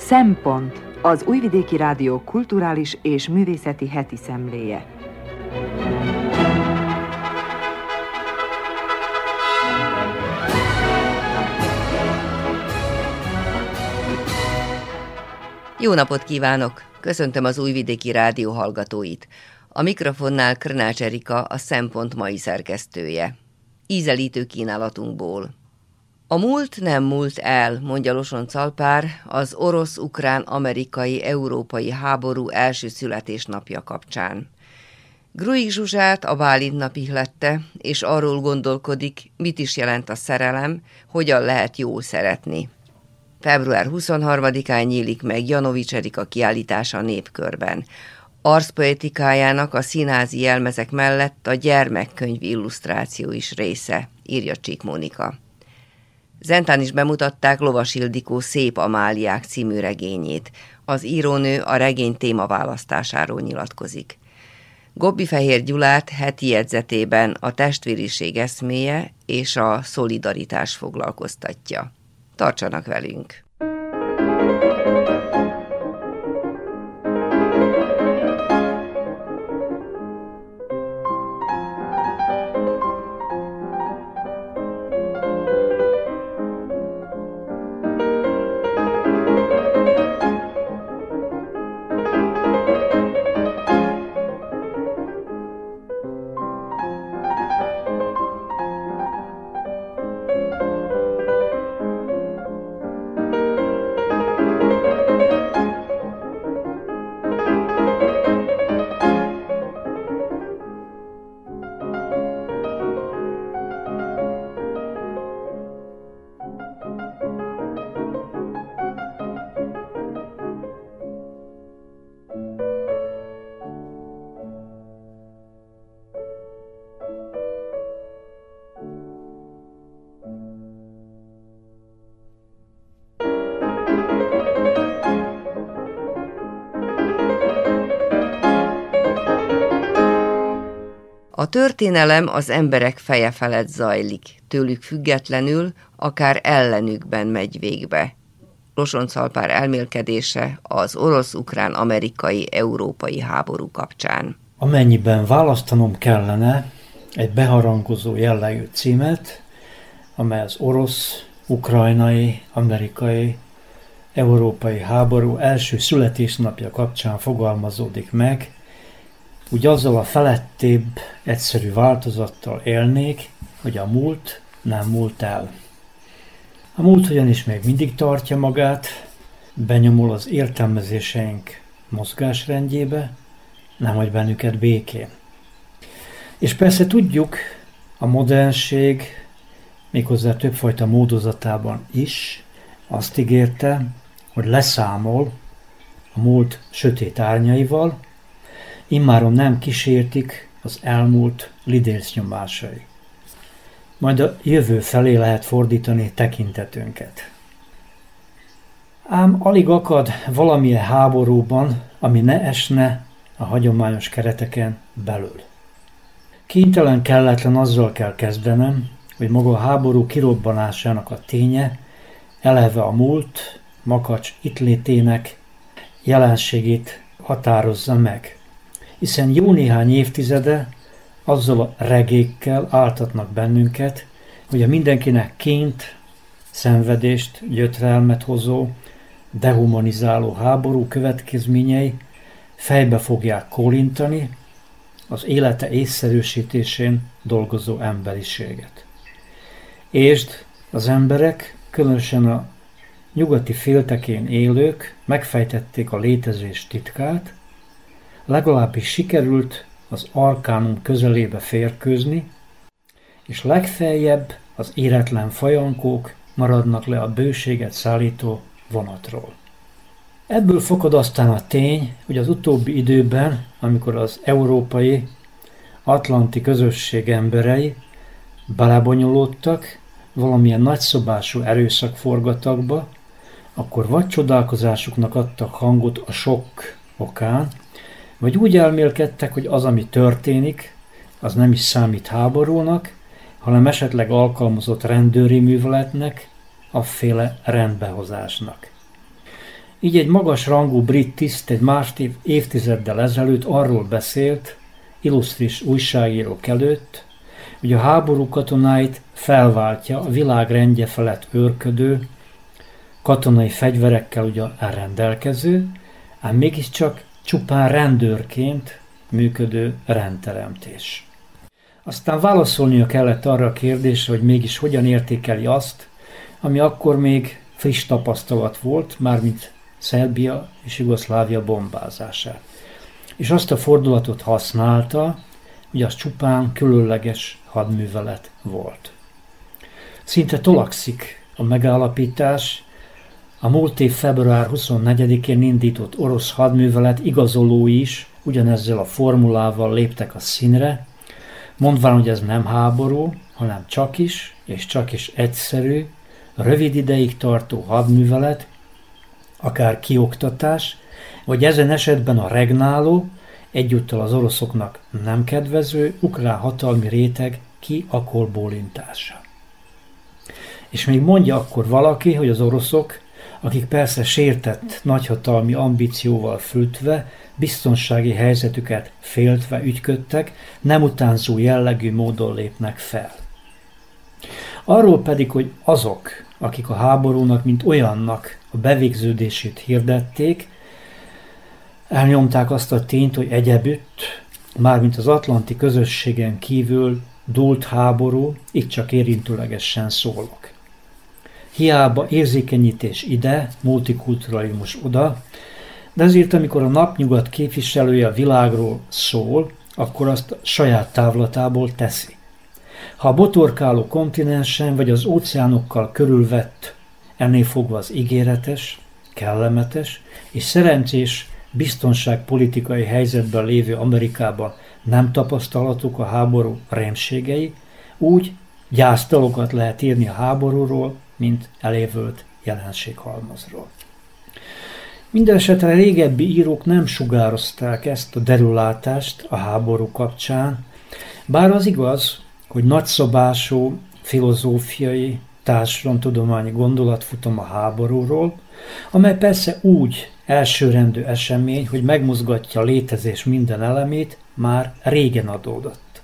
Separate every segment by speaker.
Speaker 1: Szempont, az Újvidéki Rádió kulturális és művészeti heti szemléje.
Speaker 2: Jó napot kívánok! Köszöntöm az Újvidéki Rádió hallgatóit. A mikrofonnál Krnács Erika, a Szempont mai szerkesztője. Ízelítő kínálatunkból. A múlt nem múlt el, mondja Losonczalpár, az orosz-ukrán-amerikai-európai háború első születésnapja kapcsán. Gruig Zsuzsát a Bálint nap ihlette, és arról gondolkodik, mit is jelent a szerelem, hogyan lehet jól szeretni. Február 23-án nyílik meg Janovics Erika kiállítása a Népkörben. Arszpoetikájának a színházi jelmezek mellett a gyermekkönyv illusztráció is része, írja Csík Mónika. Zentán is bemutatták Lovas Ildikó Szép Amáliák című regényét. Az írónő a regény témaválasztásáról nyilatkozik. Gobbi-Fehér Gyulát heti jegyzetében a testvériség eszméje és a szolidaritás foglalkoztatja. Tartsanak velünk! A történelem az emberek feje felett zajlik, tőlük függetlenül, akár ellenükben megy végbe. Losonczalpár elmélkedése az orosz-ukrán-amerikai-európai háború kapcsán.
Speaker 3: Amennyiben választanom kellene egy beharangozó jellegű címet, amely az orosz-ukrajnai, amerikai, európai háború első születésnapja kapcsán fogalmazódik meg, úgy azzal a felettébb, egyszerű változattal élnék, hogy a múlt nem múlt el. A múlt ugyanis még mindig tartja magát, benyomul az értelmezéseink mozgásrendjébe, nem hagy bennünket békén. És persze tudjuk, a modernség, méghozzá többfajta módozatában is azt ígérte, hogy leszámol a múlt sötét árnyaival, immáron nem kísértik az elmúlt lidércnyomásai. Majd a jövő felé lehet fordítani tekintetünket. Ám alig akad valamilyen háborúban, ami ne esne a hagyományos kereteken belül. Kénytelen kelletlen azzal kell kezdenem, hogy maga a háború kirobbanásának a ténye eleve a múlt, makacs itt létének jelenségét határozza meg. Hiszen jó néhány évtizede azzal a regékkel áltatnak bennünket, hogy a mindenkinek ként, szenvedést, gyötrelmet hozó, dehumanizáló háború következményei fejbe fogják kólintani az élete észszerűsítésén dolgozó emberiséget. Ésd, az emberek, különösen a nyugati féltekén élők megfejtették a létezés titkát, legalábbis sikerült az arkánum közelébe férkőzni, és legfeljebb az éretlen fajankók maradnak le a bőséget szállító vonatról. Ebből fakad aztán a tény, hogy az utóbbi időben, amikor az európai atlanti közösség emberei belebonyolódtak valamilyen nagyszabású erőszakforgatagba, akkor vagy csodálkozásuknak adtak hangot a sokk okán, vagy úgy elmélkedtek, hogy az, ami történik, az nem is számít háborúnak, hanem esetleg alkalmazott rendőri műveletnek, afféle rendbehozásnak. Így egy magas rangú brit tiszt egy másfél évtizeddel ezelőtt arról beszélt, illusztris újságírók előtt, hogy a háború katonáit felváltja a világ rendje felett őrködő, katonai fegyverekkel ugyan elrendelkező, ám mégiscsak csupán rendőrként működő rendteremtés. Aztán válaszolnia kellett arra a kérdésre, hogy mégis hogyan értékeli azt, ami akkor még friss tapasztalat volt, mármint Szerbia és Jugoszlávia bombázását. És azt a fordulatot használta, hogy az csupán különleges hadművelet volt. Szinte tolakszik a megállapítás, a múlt év február 24-én indított orosz hadművelet igazolói is ugyanezzel a formulával léptek a színre, mondván, hogy ez nem háború, hanem csak is egyszerű, rövid ideig tartó hadművelet, akár kioktatás, vagy ezen esetben a regnáló, egyúttal az oroszoknak nem kedvező ukrán hatalmi réteg ki-akolbólintása. És még mondja akkor valaki, hogy az oroszok, akik persze sértett nagyhatalmi ambícióval fültve, biztonsági helyzetüket féltve ügyködtek, nem utánzó jellegű módon lépnek fel. Arról pedig, hogy azok, akik a háborúnak, mint olyannak a bevégződését hirdették, elnyomták azt a tényt, hogy egyebütt, mármint az atlanti közösségen kívül dúlt háború, itt csak érintőlegesen szólok. Hiába érzékenyítés ide, multikulturalizmus oda, de ezért, amikor a napnyugat képviselője a világról szól, akkor azt saját távlatából teszi. Ha a botorkáló kontinensen vagy az óceánokkal körülvett, ennél fogva az ígéretes, kellemetes és szerencsés biztonságpolitikai helyzetben lévő Amerikában nem tapasztalatok a háború rémségei, úgy gyászdalokat lehet írni a háborúról, mint elévült jelenséghalmazról. Mindenesetre régebbi írók nem sugározták ezt a derülátást a háború kapcsán, bár az igaz, hogy nagyszabású filozófiai, társadalomtudományi gondolat futam a háborúról, amely persze úgy elsőrendű esemény, hogy megmozgatja a létezés minden elemét, már régen adódott.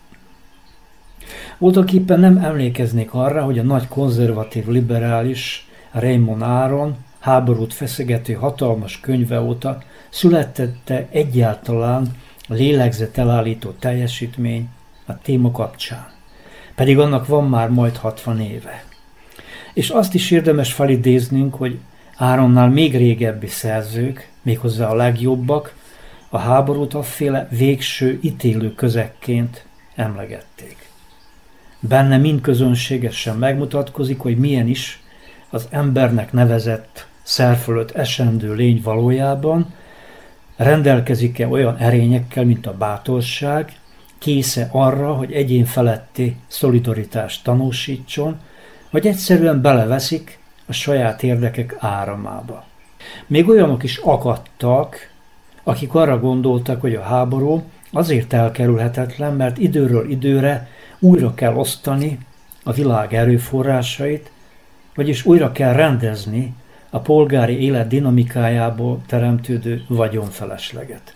Speaker 3: Voltaképpen nem emlékeznék arra, hogy a nagy konzervatív liberális Raymond Aron háborút feszegető hatalmas könyve óta születette egyáltalán a lélegzetelállító teljesítmény a téma kapcsán. Pedig annak van már majd 60 éve. És azt is érdemes felidéznünk, hogy Aronnál még régebbi szerzők, méghozzá a legjobbak, a háborút afféle végső ítélő közekként emlegették. Benne mind közönségesen megmutatkozik, hogy milyen is az embernek nevezett szer fölött esendő lény valójában, rendelkezik-e olyan erényekkel, mint a bátorság, késze arra, hogy egyén feletti szolidaritást tanúsítson, vagy egyszerűen beleveszik a saját érdekek áramába. Még olyanok is akadtak, akik arra gondoltak, hogy a háború azért elkerülhetetlen, mert időről időre újra kell osztani a világ erőforrásait, vagyis újra kell rendezni a polgári élet dinamikájából teremtődő vagyonfelesleget.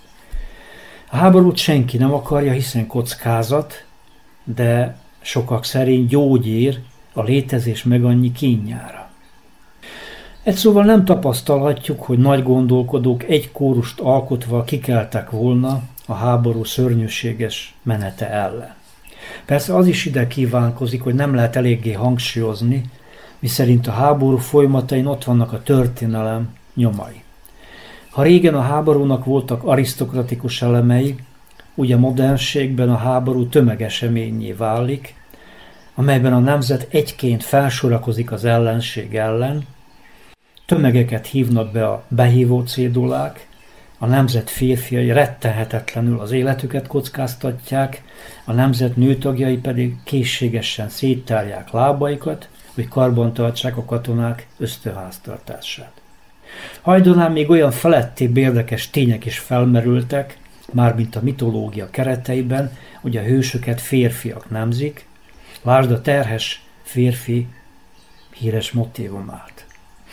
Speaker 3: A háborút senki nem akarja, hiszen kockázat, de sokak szerint gyógyír a létezés meg annyi kínjára. Egy szóval nem tapasztalhatjuk, hogy nagy gondolkodók egy kórust alkotva kikeltek volna a háború szörnyűséges menete ellen. Persze az is ide kívánkozik, hogy nem lehet eléggé hangsúlyozni, miszerint a háború folyamatain ott vannak a történelem nyomai. Ha régen a háborúnak voltak arisztokratikus elemei, úgy a modernségben a háború tömegeseményé válik, amelyben a nemzet egyként felsorakozik az ellenség ellen, tömegeket hívnak be a behívó cédulák, a nemzet férfiai rettenhetetlenül az életüket kockáztatják, a nemzet nőtagjai pedig készségesen széttárják lábaikat, hogy karbantartsák a katonák ösztönháztartását. Hajdanán még olyan felettébb érdekes tények is felmerültek, mármint a mitológia kereteiben, hogy a hősöket férfiak nemzik, lásd a terhes férfi híres motívumát.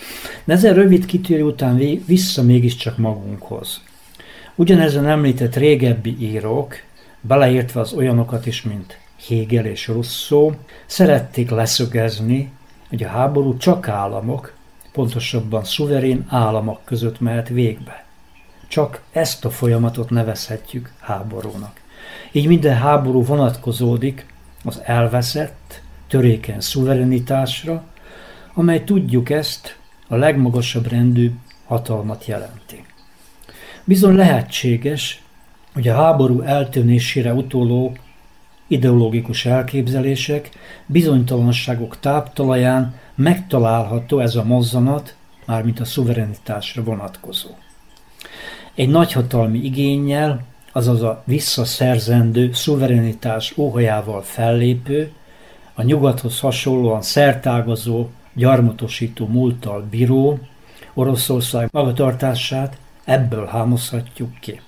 Speaker 3: De ezen rövid kitérő után vissza mégiscsak magunkhoz. Ugyanezen említett régebbi írók, beleértve az olyanokat is, mint Hegel és Rousseau, szerették leszögezni, hogy a háború csak államok, pontosabban szuverén államok között mehet végbe. Csak ezt a folyamatot nevezhetjük háborúnak. Így minden háború vonatkozódik az elveszett, törékeny szuverenitásra, amely tudjuk ezt a legmagasabb rendű hatalmat jelenti. Bizony lehetséges, hogy a háború eltűnésére utoló ideológikus elképzelések, bizonytalanságok táptalaján megtalálható ez a mozzanat, mármint a szuverenitásra vonatkozó. Egy nagyhatalmi igénnyel, azaz a visszaszerzendő szuverenitás óhajával fellépő, a nyugathoz hasonlóan szertágazó, gyarmatosító múlttal bíró Oroszország magatartását ebből hámozhatjuk ki.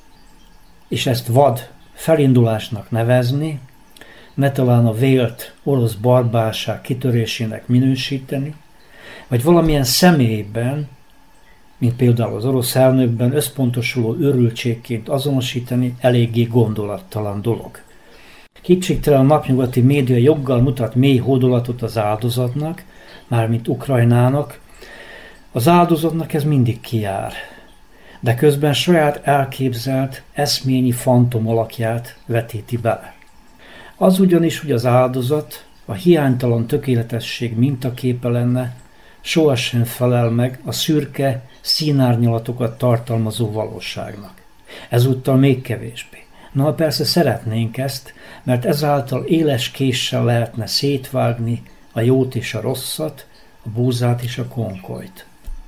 Speaker 3: És ezt vad felindulásnak nevezni, ne talán a vélt orosz barbárság kitörésének minősíteni, vagy valamilyen személyben, mint például az orosz elnökben összpontosuló őrültségként azonosítani eléggé gondolattalan dolog. Kétségtelen a napnyugati média joggal mutat mély hódolatot az áldozatnak, mármint Ukrajnának. Az áldozatnak ez mindig kijár, de közben saját elképzelt, eszményi fantom alakját vetíti bele. Az ugyanis, hogy az áldozat a hiánytalan tökéletesség mintaképe lenne, sohasem felel meg a szürke színárnyalatokat tartalmazó valóságnak. Ezúttal még kevésbé. Na, persze szeretnénk ezt, mert ezáltal éles késsel lehetne szétvágni a jót és a rosszat, a búzát és a konkolyt.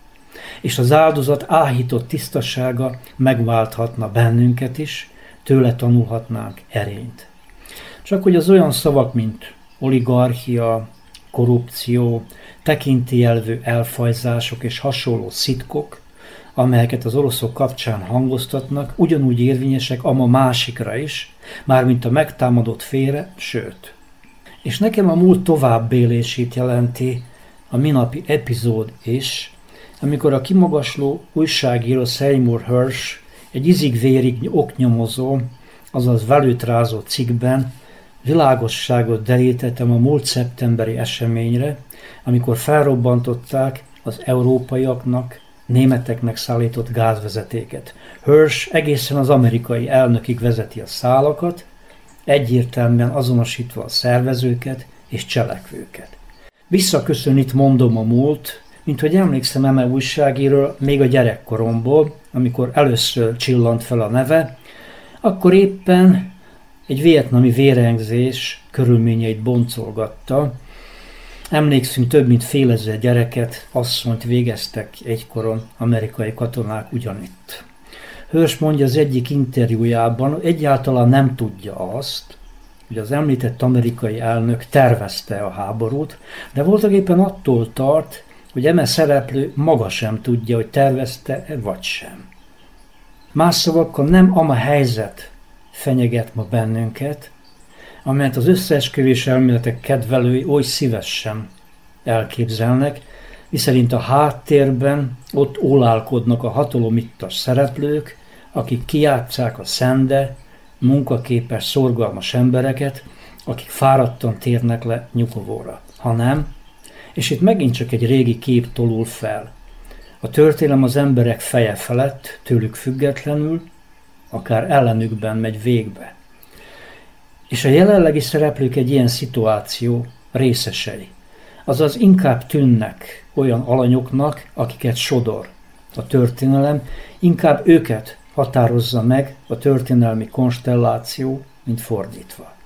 Speaker 3: És az áldozat áhított tisztasága megválthatna bennünket is, tőle tanulhatnánk erényt. Csak hogy az olyan szavak, mint oligarchia, korrupció, tekintélyelvű elfajzások és hasonló szitkok, amelyeket az oroszok kapcsán hangoztatnak, ugyanúgy érvényesek a másikra is, mármint a megtámadott félre, sőt. És nekem a múlt továbbélését jelenti a minapi epizód is, amikor a kimagasló újságíró Seymour Hersh egy izig-vérig oknyomozó, azaz velőtrázó cikkben világosságot derítettem a múlt szeptemberi eseményre, amikor felrobbantották az európaiaknak, németeknek szállított gázvezetéket. Hersh egészen az amerikai elnökig vezeti a szálakat, egyértelműen azonosítva a szervezőket és cselekvőket. Visszaköszön itt mondom a múlt, mint hogy emlékszem eme újságíról még a gyerekkoromból, amikor először csillant fel a neve, akkor éppen egy vietnami vérengzés körülményeit boncolgatta. Emlékszünk, több mint fél ezer gyereket, asszonyt végeztek egykoron amerikai katonák ugyanitt. Hersh mondja az egyik interjújában, hogy egyáltalán nem tudja azt, hogy az említett amerikai elnök tervezte a háborút, de voltaképpen attól tart, hogy eme szereplő maga sem tudja, hogy tervezte vagy sem. Más szavakkal nem ama helyzet fenyeget ma bennünket, amelyet az összeesküvés elméletek kedvelői oly szívesen elképzelnek, miszerint a háttérben ott ólálkodnak a hatalomittas szereplők, akik kijátsszák a szende, munkaképes, szorgalmas embereket, akik fáradtan térnek le nyugovóra. Ha nem, és itt megint csak egy régi kép tolul fel. A történelem az emberek feje felett, tőlük függetlenül, akár ellenükben megy végbe. És a jelenlegi szereplők egy ilyen szituáció részesei. Azaz inkább tűnnek olyan alanyoknak, akiket sodor a történelem, inkább őket határozza meg a történelmi konstelláció, mint fordítva.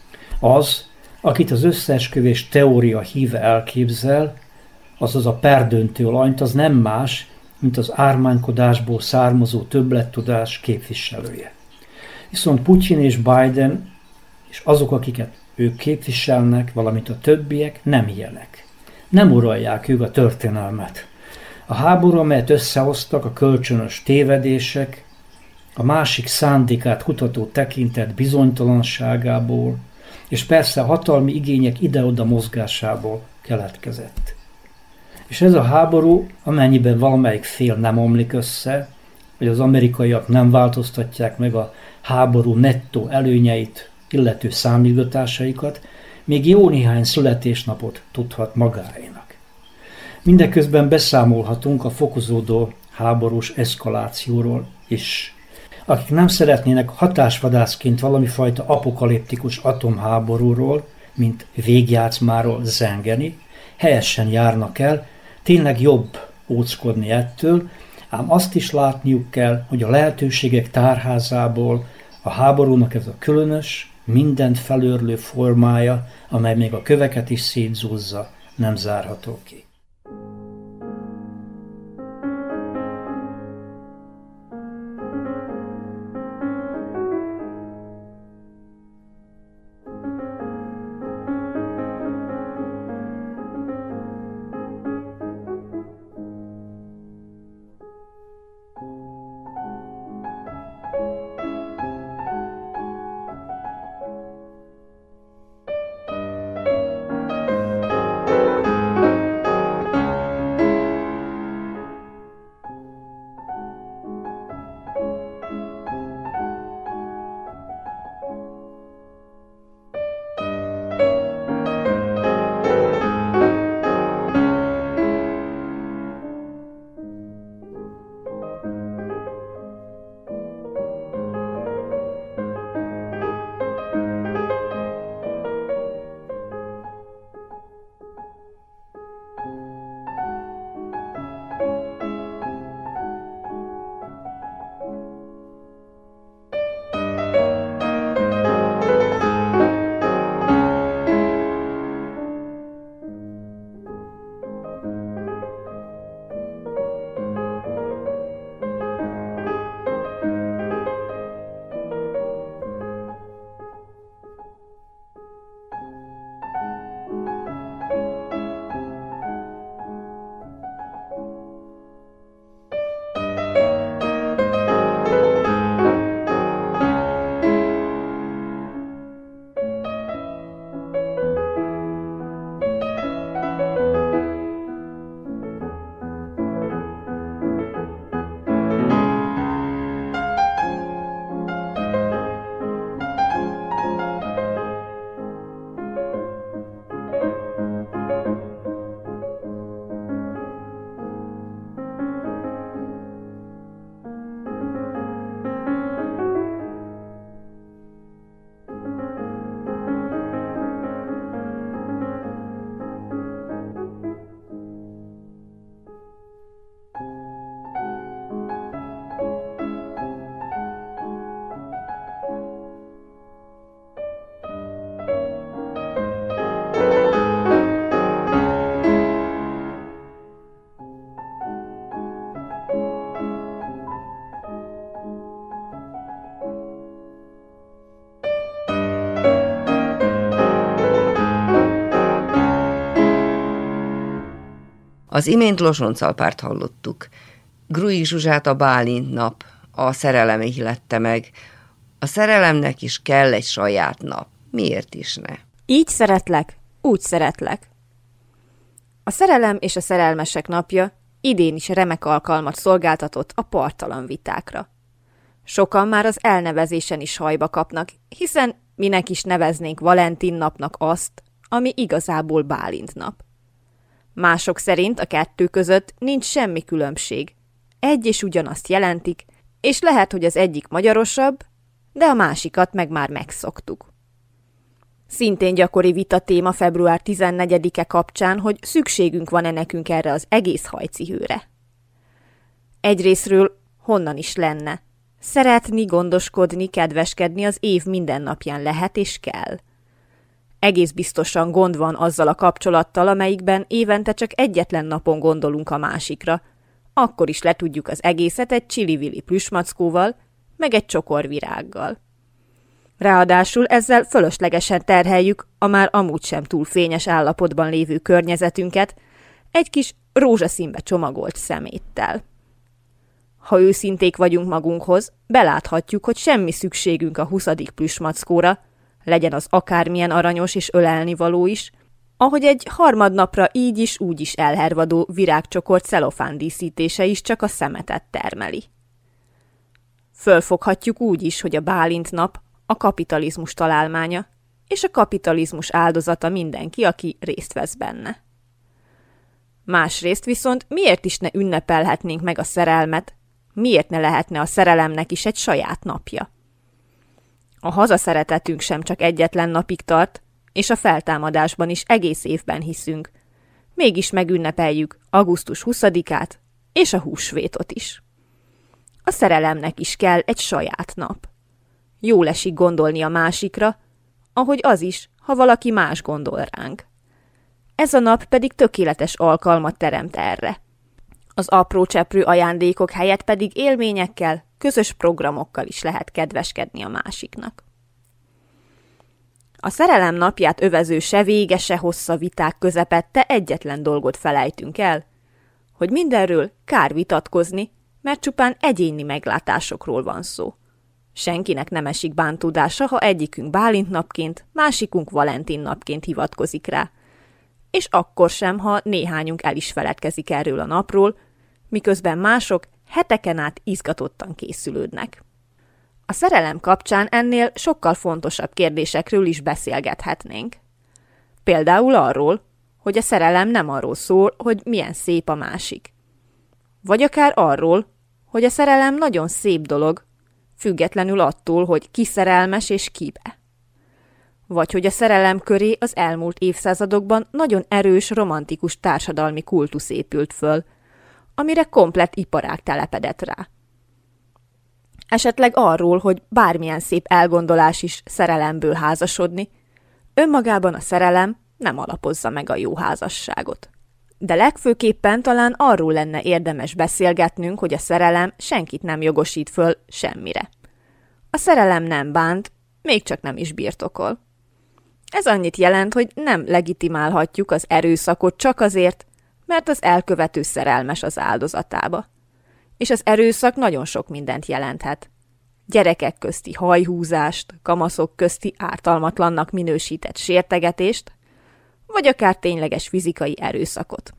Speaker 3: Az, akit az összeesküvés teória híve elképzel, azaz a perdöntő alanyt, az nem más, mint az ármánykodásból származó többlettudás képviselője. Viszont Putyin és Biden és azok, akiket ők képviselnek, valamint a többiek nem ilyenek. Nem uralják ők a történelmet. A háború, amelyet összehoztak a kölcsönös tévedések, a másik szándékát kutató tekintet bizonytalanságából, és persze a hatalmi igények ide-oda mozgásából keletkezett. És ez a háború, amennyiben valamelyik fél nem omlik össze, vagy az amerikaiak nem változtatják meg a háború nettó előnyeit, illető számítgatásaikat, még jó néhány születésnapot tudhat magáénak. Mindeközben beszámolhatunk a fokozódó háborús eszkalációról is. Akik nem szeretnének hatásvadászként valami fajta apokaliptikus atomháborúról, mint végjátszmáról zengeni, helyesen járnak el, tényleg jobb óckodni ettől, ám azt is látniuk kell, hogy a lehetőségek tárházából a háborúnak ez a különös, mindent felőrlő formája, amely még a köveket is szétzúzza, nem zárható ki.
Speaker 2: Az imént Losoncalpárt hallottuk. Gruig Zsuzsát a Bálint nap, a szerelem ihlette meg. A szerelemnek is kell egy saját nap. Miért is ne?
Speaker 4: Így szeretlek, úgy szeretlek. A szerelem és a szerelmesek napja idén is remek alkalmat szolgáltatott a parttalan vitákra. Sokan már az elnevezésen is hajba kapnak, hiszen minek is neveznénk Valentin napnak azt, ami igazából Bálint nap. Mások szerint a kettő között nincs semmi különbség. Egy és ugyanazt jelentik, és lehet, hogy az egyik magyarosabb, de a másikat meg már megszoktuk. Szintén gyakori vita téma február 14-e kapcsán, hogy szükségünk van-e nekünk erre az egész hajcihőre. Egyrészről honnan is lenne? Szeretni, gondoskodni, kedveskedni az év minden napján lehet és kell. Egész biztosan gond van azzal a kapcsolattal, amelyikben évente csak egyetlen napon gondolunk a másikra. Akkor is letudjuk az egészet egy csili-vili plüsmackóval, meg egy csokor virággal. Ráadásul ezzel fölöslegesen terheljük a már amúgy sem túl fényes állapotban lévő környezetünket egy kis rózsaszínbe csomagolt szeméttel. Ha őszinték vagyunk magunkhoz, beláthatjuk, hogy semmi szükségünk a 20. plüsmackóra, legyen az akármilyen aranyos és ölelnivaló is, ahogy egy harmadnapra így is úgy is elhervadó virágcsokort celofán díszítése is csak a szemetet termeli. Fölfoghatjuk úgy is, hogy a Bálint nap a kapitalizmus találmánya, és a kapitalizmus áldozata mindenki, aki részt vesz benne. Másrészt viszont miért is ne ünnepelhetnénk meg a szerelmet, miért ne lehetne a szerelemnek is egy saját napja? A hazaszeretetünk sem csak egyetlen napig tart, és a feltámadásban is egész évben hiszünk. Mégis megünnepeljük augusztus 20-át és a húsvétot is. A szerelemnek is kell egy saját nap. Jól esik gondolni a másikra, ahogy az is, ha valaki más gondol ránk. Ez a nap pedig tökéletes alkalmat teremt erre. Az apró cseprő ajándékok helyett pedig élményekkel, közös programokkal is lehet kedveskedni a másiknak. A szerelem napját övező se vége, se hossza viták közepette egyetlen dolgot felejtünk el, hogy mindenről kár vitatkozni, mert csupán egyéni meglátásokról van szó. Senkinek nem esik bántódása, ha egyikünk Bálint napként, másikunk Valentin napként hivatkozik rá. És akkor sem, ha néhányunk el is feledkezik erről a napról, miközben mások heteken át izgatottan készülődnek. A szerelem kapcsán ennél sokkal fontosabb kérdésekről is beszélgethetnénk. Például arról, hogy a szerelem nem arról szól, hogy milyen szép a másik. Vagy akár arról, hogy a szerelem nagyon szép dolog, függetlenül attól, hogy ki szerelmes és kibe. Vagy hogy a szerelem köré az elmúlt évszázadokban nagyon erős, romantikus társadalmi kultusz épült föl, amire komplett iparág telepedett rá. Esetleg arról, hogy bármilyen szép elgondolás is szerelemből házasodni, önmagában a szerelem nem alapozza meg a jó házasságot. De legfőképpen talán arról lenne érdemes beszélgetnünk, hogy a szerelem senkit nem jogosít föl semmire. A szerelem nem bánt, még csak nem is birtokol. Ez annyit jelent, hogy nem legitimálhatjuk az erőszakot csak azért, mert az elkövető szerelmes az áldozatába. És az erőszak nagyon sok mindent jelenthet. Gyerekek közti hajhúzást, kamaszok közti ártalmatlannak minősített sértegetést, vagy akár tényleges fizikai erőszakot.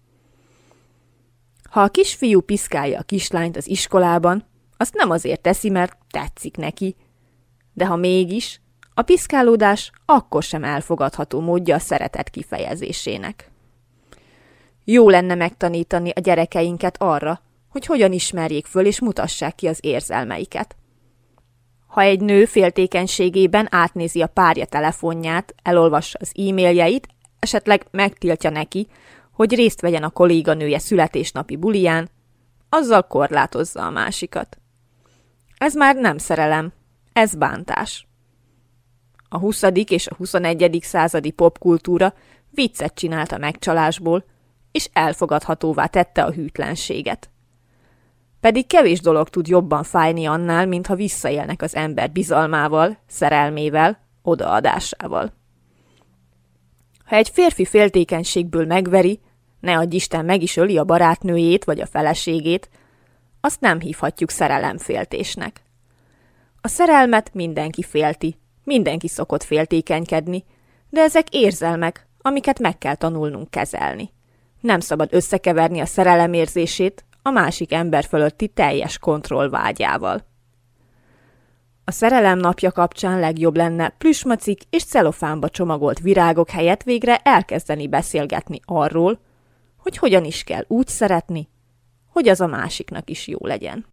Speaker 4: Ha a kisfiú piszkálja a kislányt az iskolában, azt nem azért teszi, mert tetszik neki, de ha mégis, a piszkálódás akkor sem elfogadható módja a szeretet kifejezésének. Jó lenne megtanítani a gyerekeinket arra, hogy hogyan ismerjék föl és mutassák ki az érzelmeiket. Ha egy nő féltékenységében átnézi a párja telefonját, elolvassa az e-mailjeit, esetleg megtiltja neki, hogy részt vegyen a kolléganője születésnapi buliján, azzal korlátozza a másikat. Ez már nem szerelem, ez bántás. A 20. és a 21. századi popkultúra viccet csinált a megcsalásból, és elfogadhatóvá tette a hűtlenséget. Pedig kevés dolog tud jobban fájni annál, mintha visszaélnek az ember bizalmával, szerelmével, odaadásával. Ha egy férfi féltékenységből megveri, ne adj Isten meg is öli a barátnőjét vagy a feleségét, azt nem hívhatjuk szerelemféltésnek. A szerelmet mindenki félti, mindenki szokott féltékenykedni, de ezek érzelmek, amiket meg kell tanulnunk kezelni. Nem szabad összekeverni a szerelemérzését a másik ember fölötti teljes kontroll vágyával. A szerelem napja kapcsán legjobb lenne plüsmacik és celofánba csomagolt virágok helyett végre elkezdeni beszélgetni arról, hogy hogyan is kell úgy szeretni, hogy az a másiknak is jó legyen.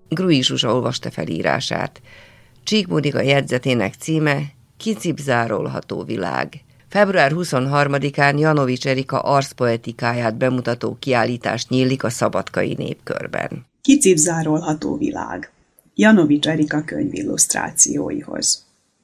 Speaker 2: Gruig Zsuzsa olvasta fel írását. Csík Monika jegyzetének címe Kicipzárolható világ. Február 23-án Janovics Erika arszpoetikáját bemutató kiállítás nyílik a Szabadkai Népkörben.
Speaker 5: Kicipzárolható világ. Janovics Erika könyvillusztrációihoz.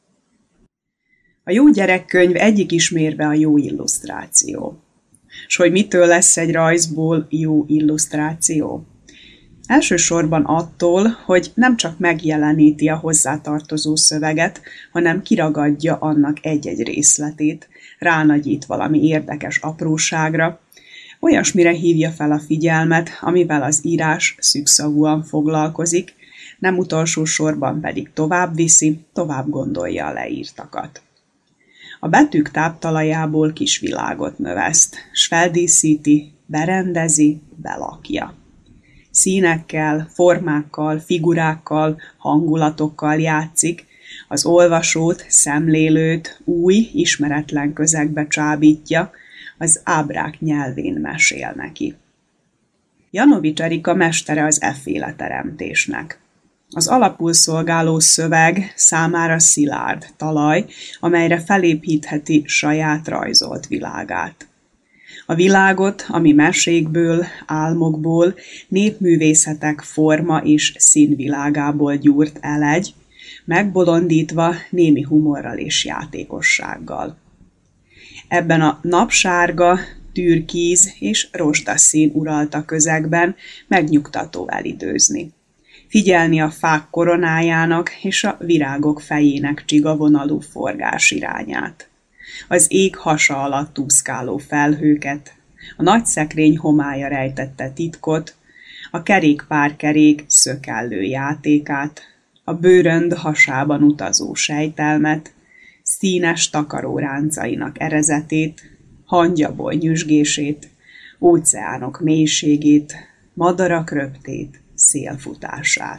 Speaker 5: A jó gyerekkönyv egyik ismérve a jó illusztráció. S hogy mitől lesz egy rajzból jó illusztráció? Elsősorban attól, hogy nem csak megjeleníti a hozzátartozó szöveget, hanem kiragadja annak egy-egy részletét, ránagyít valami érdekes apróságra, olyasmire hívja fel a figyelmet, amivel az írás szűkszavúan foglalkozik, nem utolsó sorban pedig tovább viszi, tovább gondolja a leírtakat. A betűk táptalajából kis világot növeszt, s feldíszíti, berendezi, belakja. Színekkel, formákkal, figurákkal, hangulatokkal játszik, az olvasót, szemlélőt új, ismeretlen közegbe csábítja, az ábrák nyelvén mesél neki. Janovics Erika mestere az efféle teremtésnek. Az alapul szolgáló szöveg számára szilárd talaj, amelyre felépítheti saját rajzolt világát. A világot, ami mesékből, álmokból, népművészetek forma és színvilágából gyúrt elegy, megbolondítva némi humorral és játékossággal. Ebben a napsárga, türkíz és rozsdaszín uralta közegben megnyugtató elidőzni. Figyelni a fák koronájának és a virágok fejének csigavonalú forgás irányát. Az ég hasa alatt úszkáló felhőket, a nagy szekrény homálya rejtette titkot, a kerékpárkerék szökellő játékát, a bőrönd hasában utazó sejtelmet, színes takaróráncainak erezetét, hangyaboly nyüzsgését, óceánok mélységét, madarak röptét, szélfutását.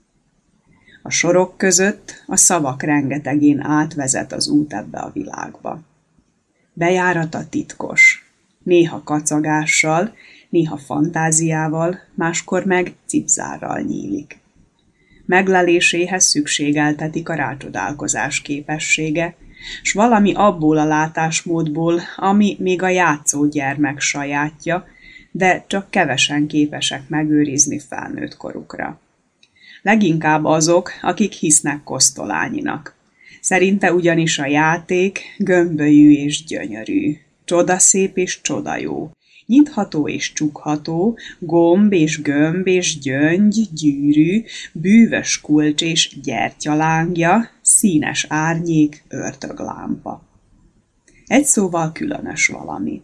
Speaker 5: A sorok között a szavak rengetegén átvezet az út ebbe a világba. Bejárata titkos, néha kacagással, néha fantáziával, máskor meg cipzárral nyílik. Megleléséhez szükségeltetik a rácsodálkozás képessége, s valami abból a látásmódból, ami még a játszó gyermek sajátja, de csak kevesen képesek megőrizni felnőtt korukra. Leginkább azok, akik hisznek Kosztolányinak. Szerinte ugyanis a játék gömbölyű és gyönyörű, csodaszép és csodajó, nyitható és csukható, gomb és gömb és gyöngy, gyűrű, bűvös kulcs és gyertyalángja, színes árnyék, ördöglámpa. Egy szóval különös valami.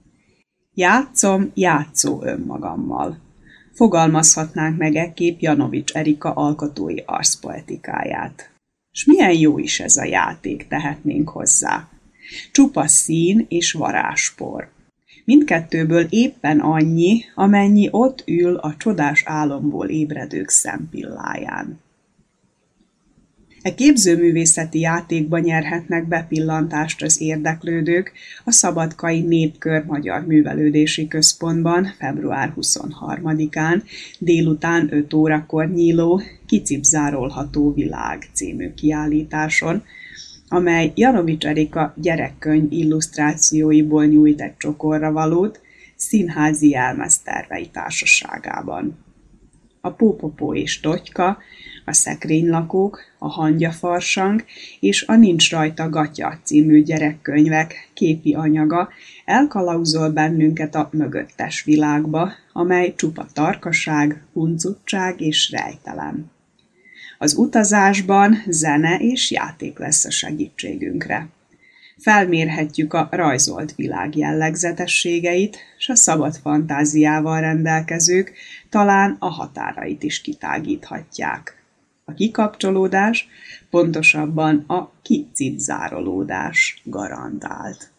Speaker 5: Játszom játszó önmagammal. Fogalmazhatnánk meg ekképp Janovics Erika alkotói arszpoetikáját. S milyen jó is ez a játék, tehetnénk hozzá. Csupa szín és varázspor. Mindkettőből éppen annyi, amennyi ott ül a csodás álomból ébredők szempilláján. E képzőművészeti játékba nyerhetnek bepillantást az érdeklődők a Szabadkai Népkör Magyar Művelődési Központban február 23-án délután 5 órakor nyíló Kicipzárolható világ című kiállításon, amely Janovics Erika gyerekkönyv illusztrációiból nyújt egy csokorra valót színházi jelmeztervei társaságában. A Pópopó és Totyka, a Szekrénylakók, a Hangyafarsang és a Nincs rajta gatya című gyerekkönyvek képi anyaga elkalauzol bennünket a mögöttes világba, amely csupa tarkaság, huncutság és rejtelem. Az utazásban zene és játék lesz a segítségünkre. Felmérhetjük a rajzolt világ jellegzetességeit, s a szabad fantáziával rendelkezők talán a határait is kitágíthatják. A kikapcsolódás, pontosabban a kicipzárolódás garantált.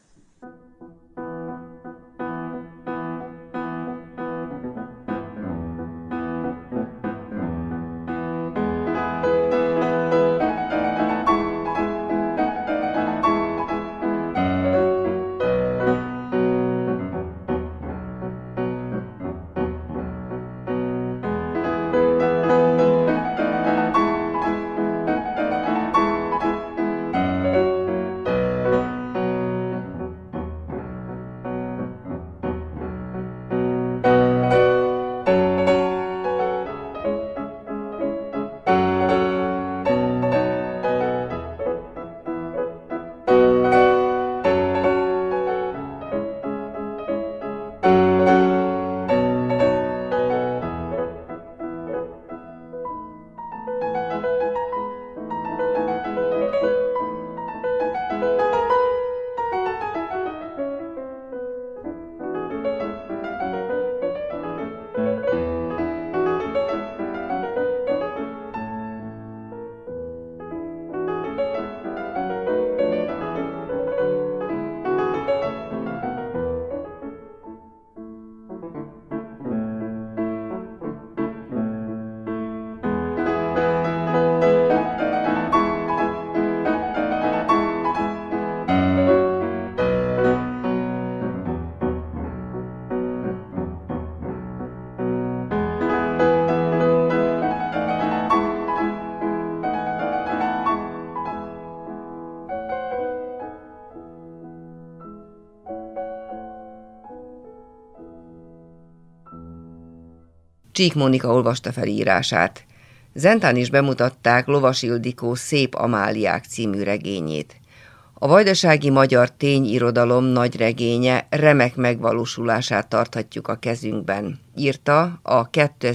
Speaker 2: Csík Mónika olvasta fel írását. Zentán is bemutatták Lovas Ildikó Szép Amáliák című regényét. A vajdasági magyar tényirodalom nagy regénye remek megvalósulását tarthatjuk a kezünkben, írta a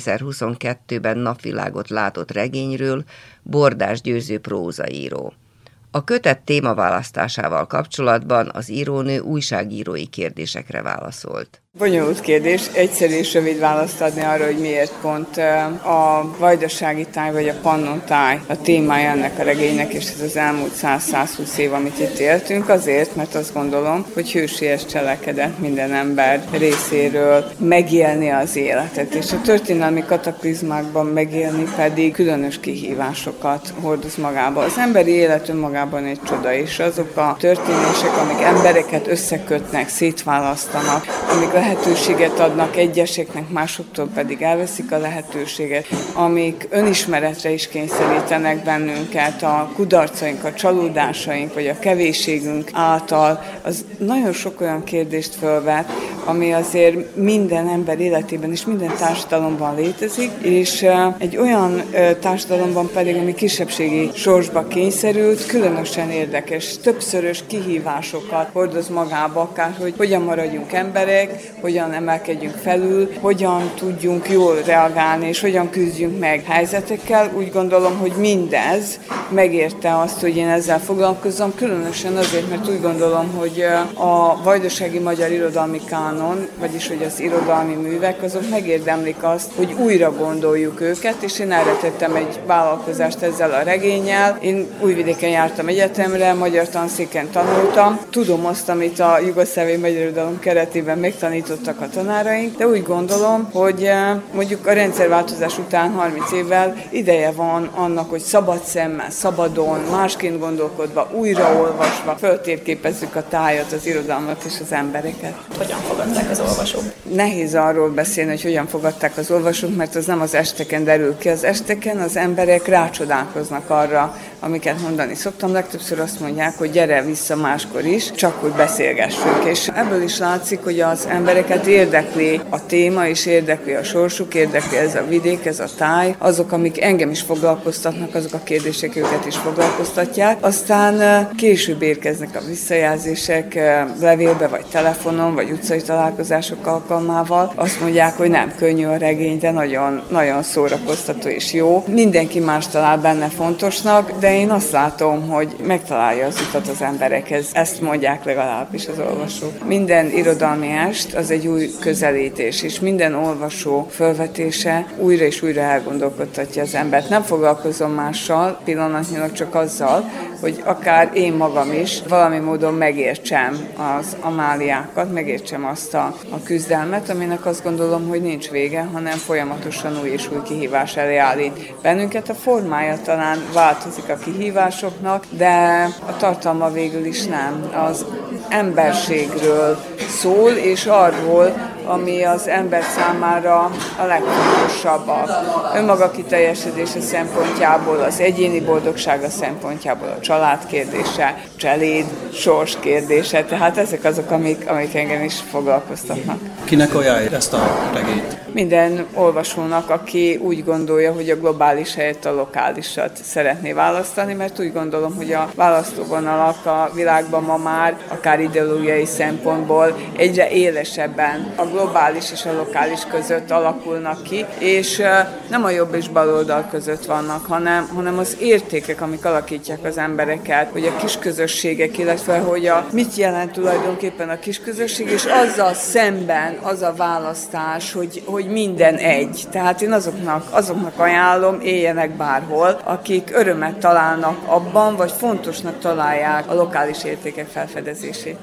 Speaker 2: 2022-ben napvilágot látott regényről Bordás Győző prózaíró. A kötet témaválasztásával kapcsolatban az írónő újságírói kérdésekre válaszolt.
Speaker 6: Bonyolult kérdés, egyszerű és rövid választ adni arra, hogy miért pont a vajdasági táj vagy a Pannon táj a témája ennek a regénynek, és ez az elmúlt 100-120 év, amit itt éltünk, azért, mert azt gondolom, hogy hősies cselekedet minden ember részéről megélni az életet, és a történelmi kataklizmákban megélni pedig különös kihívásokat hordoz magába. Az emberi élet önmagában egy csoda, és azok a történések, amik embereket összekötnek, szétválasztanak, amik lehetőséget adnak egyeseknek, másoktól pedig elveszik a lehetőséget, amik önismeretre is kényszerítenek bennünket, a kudarcaink, a csalódásaink, vagy a kevésségünk által, az nagyon sok olyan kérdést fölvet, ami azért minden ember életében és minden társadalomban létezik, és egy olyan társadalomban pedig, ami kisebbségi sorsba kényszerült, különösen érdekes, többszörös kihívásokat hordoz magába, akár hogy hogyan maradjunk emberek, hogyan emelkedjünk felül, hogyan tudjunk jól reagálni, és hogyan küzdjünk meg helyzetekkel. Úgy gondolom, hogy mindez megérte azt, hogy én ezzel foglalkozom, különösen azért, mert úgy gondolom, hogy a vajdasági magyar irodalmi kánon, vagyis hogy az irodalmi művek, azok megérdemlik azt, hogy újra gondoljuk őket, és én erre tettem egy vállalkozást ezzel a regénnyel. Én Újvidéken jártam egyetemre, magyar tanszéken tanultam. Tudom azt, amit a jugoszláviai magyar irodalom keretében megtanítottak a tanáraink, de úgy gondolom, hogy mondjuk a rendszerváltozás után 30 évvel ideje van annak, hogy szabad szemmel, szabadon, másként gondolkodva, újraolvasva föltérképezzük a tájat, az irodalmat és az embereket.
Speaker 7: Hogyan fogadták az olvasók?
Speaker 6: Nehéz arról beszélni, hogy hogyan fogadták az olvasók, mert az nem az esteken derül ki. Az esteken az emberek rácsodálkoznak arra, amiket mondani szoktam. Legtöbbször azt mondják, hogy gyere vissza máskor is, csak hogy beszélgessünk. És ebből is látszik, hogy az embereket érdekli a téma, és érdekli a sorsuk, érdekli ez a vidék, ez a táj. Azok, amik engem is foglalkoztatnak, azok a kérdések őket is foglalkoztatják. Aztán később érkeznek a visszajelzések levélbe, vagy telefonon, vagy utcai találkozások alkalmával. Azt mondják, hogy nem könnyű a regény, de nagyon, nagyon szórakoztató és jó. Mindenki más talál benne fontosnak, de én azt látom, hogy megtalálja az utat az emberekhez. Ezt mondják legalábbis az olvasók. Minden irodalmi est az egy új közelítés, és minden olvasó felvetése újra és újra elgondolkodtatja az embert. Nem foglalkozom mással, pillanatnyilag csak azzal, hogy akár én magam is valami módon megértsem az Amáliákat, megértsem azt a küzdelmet, aminek azt gondolom, hogy nincs vége, hanem folyamatosan új és új kihívás elé állít bennünket. A formája talán változik a kihívásoknak, de a tartalma végül is nem. Az emberségről szól, és arról, ami az ember számára a legfontosabb, önmaga kiteljesedése szempontjából, az egyéni boldogsága szempontjából, a család kérdése, cseléd, sors kérdése, tehát ezek azok, amik engem is foglalkoztatnak.
Speaker 8: Kinek ajánlja ezt a regényt?
Speaker 6: Minden olvasónak, aki úgy gondolja, hogy a globális helyett a lokálisat szeretné választani, mert úgy gondolom, hogy a választóvonalak a világban ma már, akár ideológiai szempontból egyre élesebben a globális és a lokális között alakulnak ki, és nem a jobb és bal oldal között vannak, hanem az értékek, amik alakítják az embereket, hogy a kisközösségek, illetve hogy mit jelent tulajdonképpen a kisközösség, és azzal szemben az a választás, hogy minden egy. Tehát én azoknak ajánlom, éljenek bárhol, akik örömet találnak abban, vagy fontosnak találják a lokális értékek felfedezését.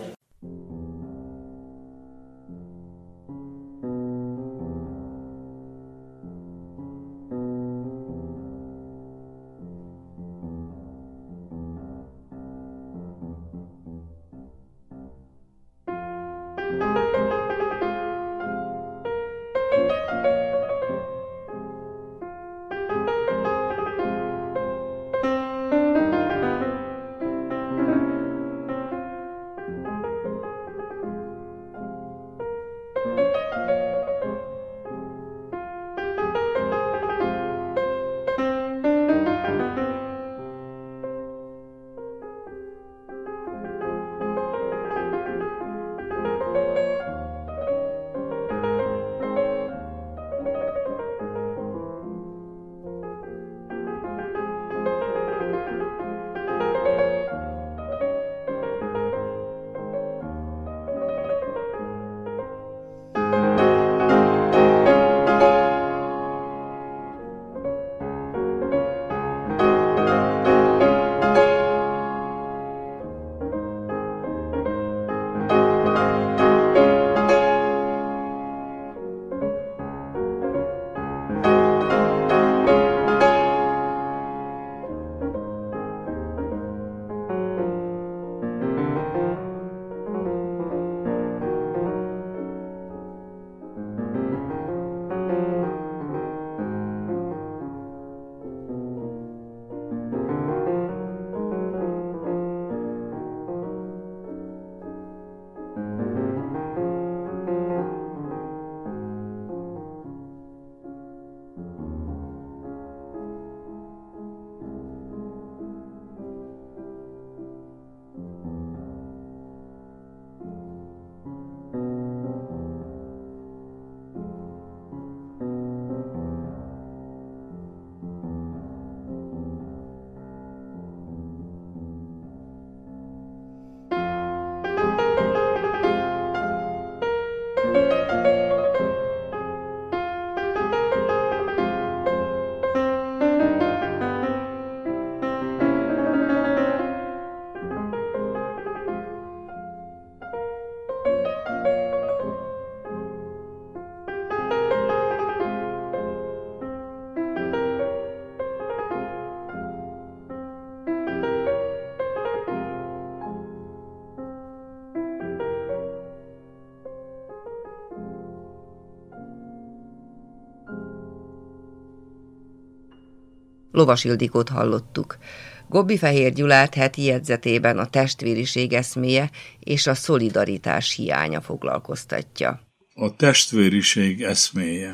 Speaker 2: Lovas Ildikót hallottuk. Gobbi Fehér Gyulát heti jegyzetében a testvériség eszméje és a szolidaritás hiánya foglalkoztatja.
Speaker 7: A testvériség eszméje.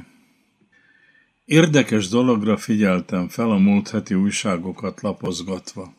Speaker 7: Érdekes dologra figyeltem fel a múlt heti újságokat lapozgatva.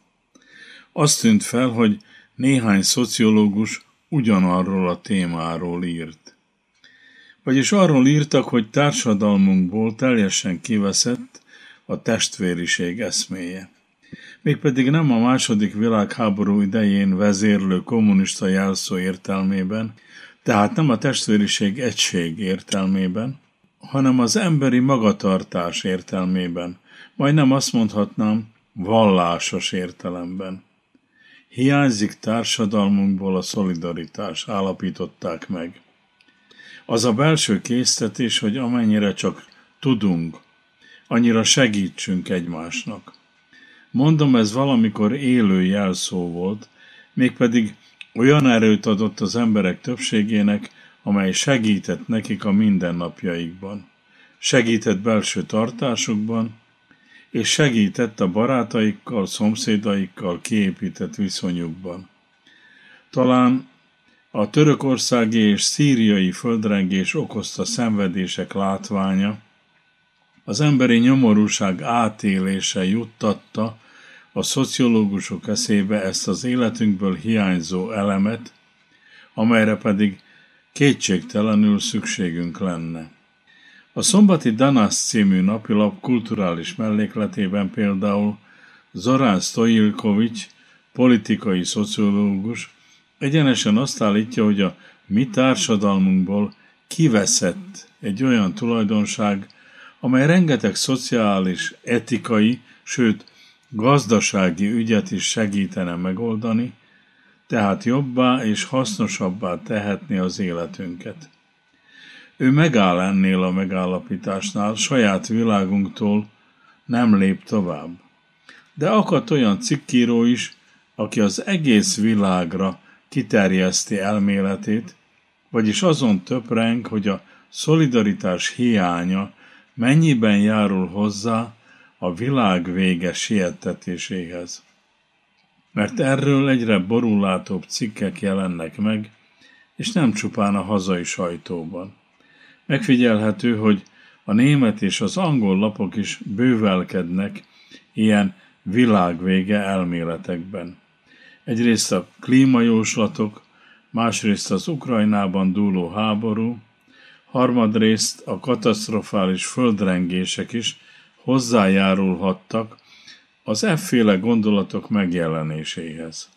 Speaker 7: Azt tűnt fel, hogy néhány szociológus ugyanarról a témáról írt. Vagyis arról írtak, hogy társadalmunkból teljesen kiveszett a testvériség eszméje. Mégpedig nem a II. Világháború idején vezérlő kommunista jelszó értelmében, tehát nem a testvériség egység értelmében, hanem az emberi magatartás értelmében, majdnem azt mondhatnám, vallásos értelemben. Hiányzik társadalmunkból a szolidaritás, állapították meg. Az a belső késztetés, hogy amennyire csak tudunk, annyira segítsünk egymásnak. Mondom, ez valamikor élő jelszó volt, mégpedig olyan erőt adott az emberek többségének, amely segített nekik a mindennapjaikban. Segített belső tartásukban, és segített a barátaikkal, szomszédaikkal kiépített viszonyukban. Talán a törökországi és szíriai földrengés okozta szenvedések látványa, az emberi nyomorúság átélése juttatta a szociológusok eszébe ezt az életünkből hiányzó elemet, amelyre pedig kétségtelenül szükségünk lenne. A szombati Danas című napilap kulturális mellékletében például Zoran Stojiljković, politikai szociológus, egyenesen azt állítja, hogy a mi társadalmunkból kiveszett egy olyan tulajdonság, amely rengeteg szociális, etikai, sőt gazdasági ügyet is segítene megoldani, tehát jobbá és hasznosabbá tehetni az életünket. Ő megáll ennél a megállapításnál, saját világunktól nem lép tovább. De akadt olyan cikkíró is, aki az egész világra kiterjeszti elméletét, vagyis azon töpreng, hogy a szolidaritás hiánya mennyiben járul hozzá a világ vége siettetéséhez. Mert erről egyre borullátóbb cikkek jelennek meg, és nem csupán a hazai sajtóban. Megfigyelhető, hogy a német és az angol lapok is bővelkednek ilyen világvége elméletekben. Egyrészt a klímajóslatok, másrészt az Ukrajnában dúló háború, harmadrészt a katasztrofális földrengések is hozzájárulhattak az efféle gondolatok megjelenéséhez.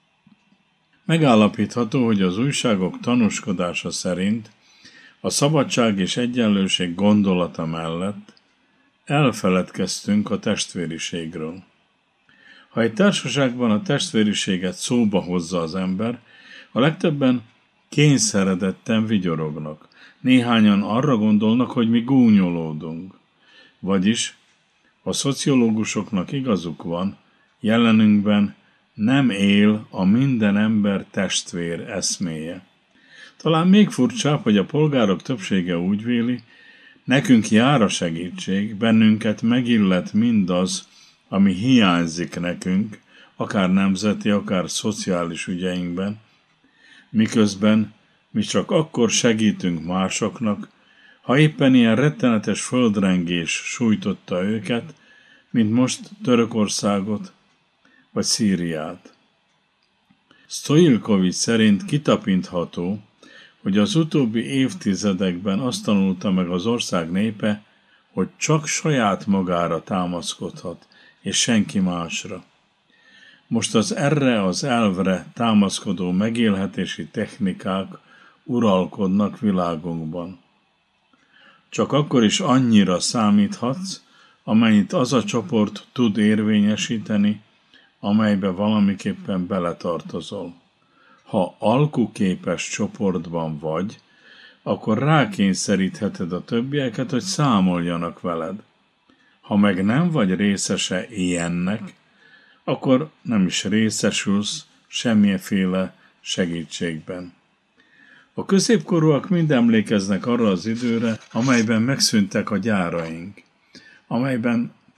Speaker 7: Megállapítható, hogy az újságok tanúskodása szerint a szabadság és egyenlőség gondolata mellett elfeledkeztünk a testvériségről. Ha egy társaságban a testvériséget szóba hozza az ember, a legtöbben kényszeredetten vigyorognak. Néhányan arra gondolnak, hogy mi gúnyolódunk. Vagyis a szociológusoknak igazuk van, jelenünkben nem él a minden ember testvér eszméje. Talán még furcsább, hogy a polgárok többsége úgy véli, nekünk jár a segítség, bennünket megillet mindaz, ami hiányzik nekünk, akár nemzeti, akár szociális ügyeinkben, miközben mi csak akkor segítünk másoknak, ha éppen ilyen rettenetes földrengés sújtotta őket, mint most Törökországot vagy Szíriát. Stojiljković szerint kitapintható, hogy az utóbbi évtizedekben azt tanulta meg az ország népe, hogy csak saját magára támaszkodhat, és senki másra. Most az erre az elvre támaszkodó megélhetési technikák uralkodnak világunkban. Csak akkor is annyira számíthatsz, amennyit az a csoport tud érvényesíteni, amelybe valamiképpen beletartozol. Ha alkuképes csoportban vagy, akkor rákényszerítheted a többieket, hogy számoljanak veled. Ha meg nem vagy részese ilyennek, akkor nem is részesülsz semmiféle segítségben. A középkorúak mind emlékeznek arra az időre, amelyben megszűntek a gyáraink, amelyben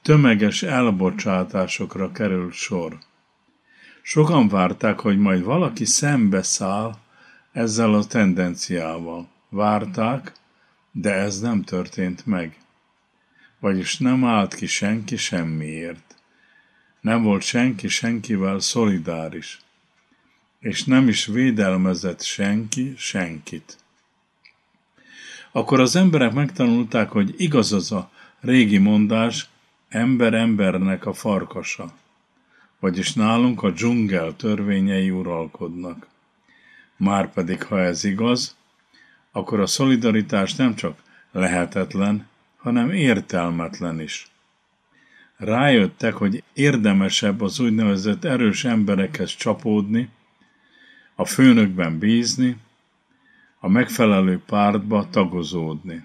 Speaker 7: tömeges elbocsátásokra került sor. Sokan várták, hogy majd valaki szembeszáll ezzel a tendenciával. Várták, de ez nem történt meg. Vagyis nem állt ki senki semmiért. Nem volt senki senkivel szolidáris. És nem is védelmezett senki senkit. Akkor az emberek megtanulták, hogy igaz az a régi mondás, ember embernek a farkasa. Vagyis nálunk a dzsungel törvényei uralkodnak. Márpedig, ha ez igaz, akkor a szolidaritás nem csak lehetetlen, hanem értelmetlen is. Rájöttek, hogy érdemesebb az úgynevezett erős emberekhez csapódni, a főnökben bízni, a megfelelő pártba tagozódni.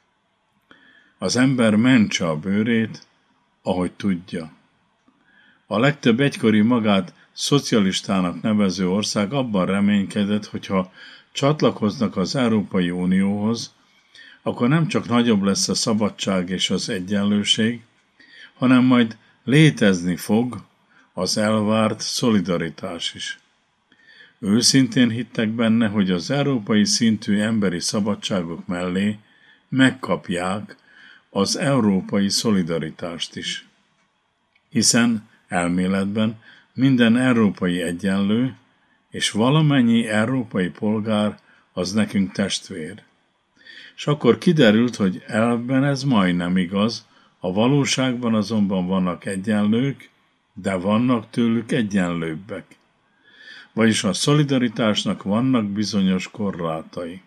Speaker 7: Az ember mentse a bőrét, ahogy tudja. A legtöbb egykori magát szocialistának nevező ország abban reménykedett, hogyha csatlakoznak az Európai Unióhoz, akkor nem csak nagyobb lesz a szabadság és az egyenlőség, hanem majd létezni fog az elvárt szolidaritás is. Őszintén hittek benne, hogy az európai szintű emberi szabadságok mellé megkapják az európai szolidaritást is. Hiszen elméletben minden európai egyenlő, és valamennyi európai polgár az nekünk testvér. És akkor kiderült, hogy elvben ez majdnem igaz, a valóságban azonban vannak egyenlők, de vannak tőlük egyenlőbbek. Vagyis a szolidaritásnak vannak bizonyos korlátai.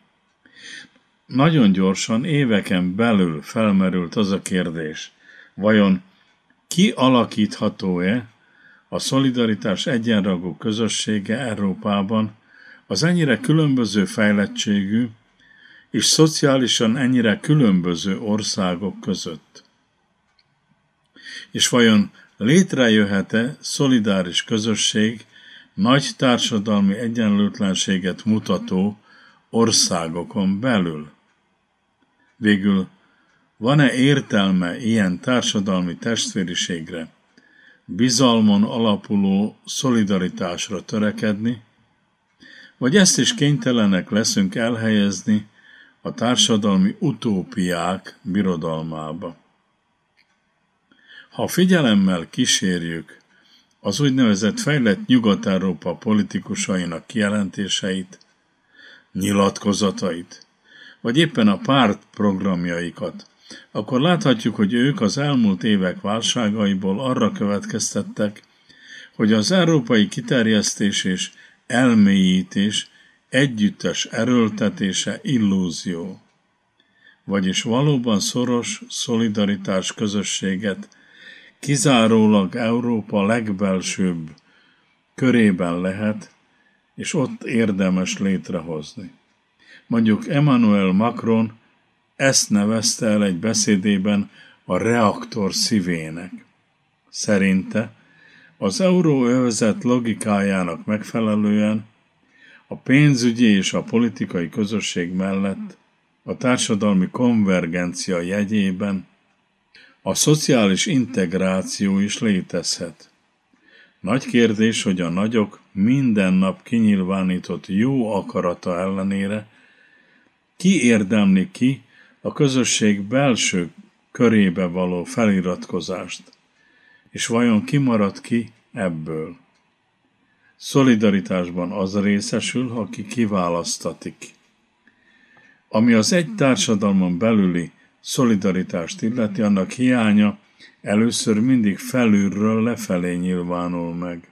Speaker 7: Nagyon gyorsan, éveken belül felmerült az a kérdés, vajon kialakítható-e a szolidaritás egyenrangú közössége Európában az ennyire különböző fejlettségű és szociálisan ennyire különböző országok között? És vajon létrejöhet-e szolidáris közösség nagy társadalmi egyenlőtlenséget mutató országokon belül? Végül van-e értelme ilyen társadalmi testvériségre, bizalmon alapuló szolidaritásra törekedni, vagy ezt is kénytelenek leszünk elhelyezni a társadalmi utópiák birodalmába? Ha figyelemmel kísérjük az úgynevezett fejlett Nyugat-Európa politikusainak kijelentéseit, nyilatkozatait, vagy éppen a párt programjaikat, akkor láthatjuk, hogy ők az elmúlt évek válságaiból arra következtettek, hogy az európai kiterjesztés és elmélyítés együttes erőltetése illúzió, vagyis valóban szoros szolidaritás közösséget kizárólag Európa legbelsőbb körében lehet, és ott érdemes létrehozni. Mondjuk Emmanuel Macron ezt nevezte el egy beszédében a reaktor szívének. Szerinte az euróövezet logikájának megfelelően a pénzügyi és a politikai közösség mellett a társadalmi konvergencia jegyében a szociális integráció is létezhet. Nagy kérdés, hogy a nagyok minden nap kinyilvánított jó akarata ellenére ki érdemli ki a közösség belső körébe való feliratkozást, és vajon ki marad ki ebből? Szolidaritásban az részesül, aki kiválasztatik. Ami az egy társadalmon belüli szolidaritást illeti, annak hiánya először mindig felülről lefelé nyilvánul meg.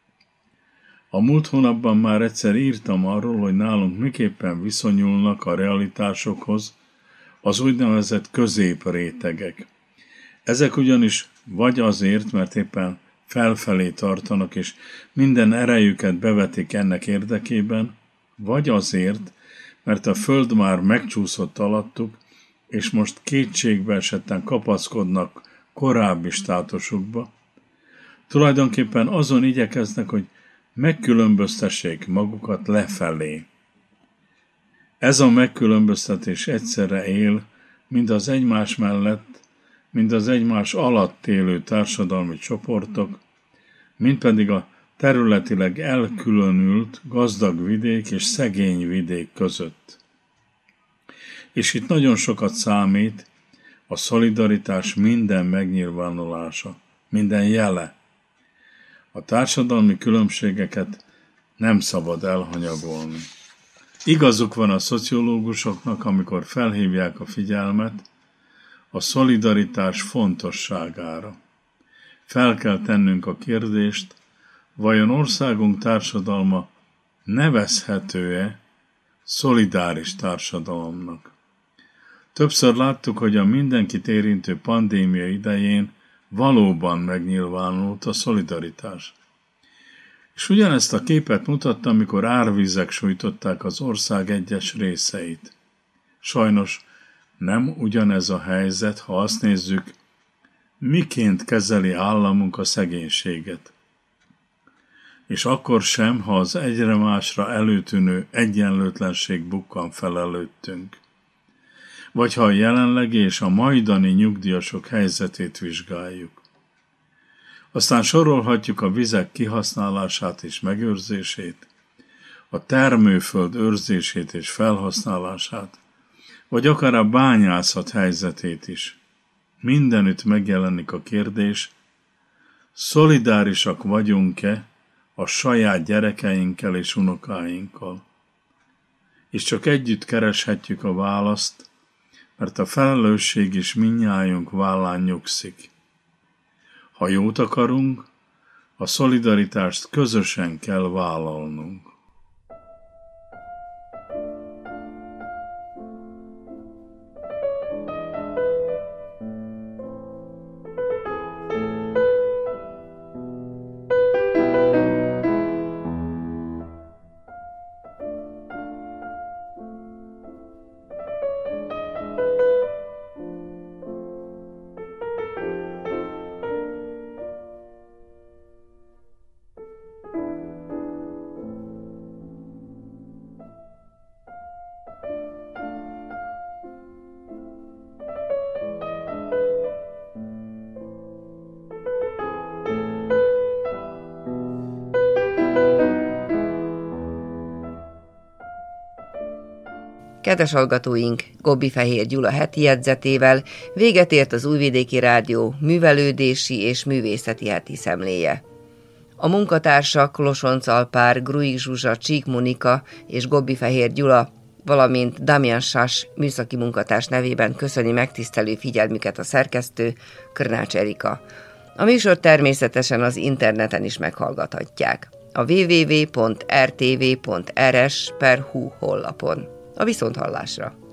Speaker 7: A múlt hónapban már egyszer írtam arról, hogy nálunk miképpen viszonyulnak a realitásokhoz az úgynevezett középrétegek. Ezek ugyanis vagy azért, mert éppen felfelé tartanak, és minden erejüket bevetik ennek érdekében, vagy azért, mert a föld már megcsúszott alattuk, és most kétségbe esetten kapaszkodnak korábbi státusukba. Tulajdonképpen azon igyekeznek, hogy megkülönböztessék magukat lefelé. Ez a megkülönböztetés egyszerre él, mind az egymás mellett, mind az egymás alatt élő társadalmi csoportok, mind pedig a területileg elkülönült gazdag vidék és szegény vidék között. És itt nagyon sokat számít a szolidaritás minden megnyilvánulása, minden jele. A társadalmi különbségeket nem szabad elhanyagolni. Igazuk van a szociológusoknak, amikor felhívják a figyelmet a szolidaritás fontosságára. Fel kell tennünk a kérdést, vajon országunk társadalma nevezhető-e szolidáris társadalomnak? Többször láttuk, hogy a mindenkit érintő pandémia idején valóban megnyilvánult a szolidaritás. És ugyanezt a képet mutatta, amikor árvizek sújtották az ország egyes részeit. Sajnos nem ugyanez a helyzet, ha azt nézzük, miként kezeli államunk a szegénységet. És akkor sem, ha az egyre másra előtűnő egyenlőtlenség bukkan fel előttünk. Vagy ha a jelenlegi és a majdani nyugdíjasok helyzetét vizsgáljuk. Aztán sorolhatjuk a vizek kihasználását és megőrzését, a termőföld őrzését és felhasználását, vagy akár a bányászat helyzetét is. Mindenütt megjelenik a kérdés, szolidárisak vagyunk-e a saját gyerekeinkkel és unokáinkkal. És csak együtt kereshetjük a választ, mert a felelősség is mindnyájunk vállán nyugszik. Ha jót akarunk, a szolidaritást közösen kell vállalnunk.
Speaker 2: Kedves hallgatóink, Gobbi-Fehér Gyula heti jegyzetével véget ért az Újvidéki Rádió művelődési és művészeti heti szemléje. A munkatársak Losonc Alpár, Gruig Zsuzsa, Csík Monika és Gobbi-Fehér Gyula, valamint Damian Sas műszaki munkatárs nevében köszöni megtisztelő figyelmüket a szerkesztő, Krnács Erika. A műsor természetesen az interneten is meghallgathatják. A www.rtv.rs.hu honlapon. A viszonthallásra!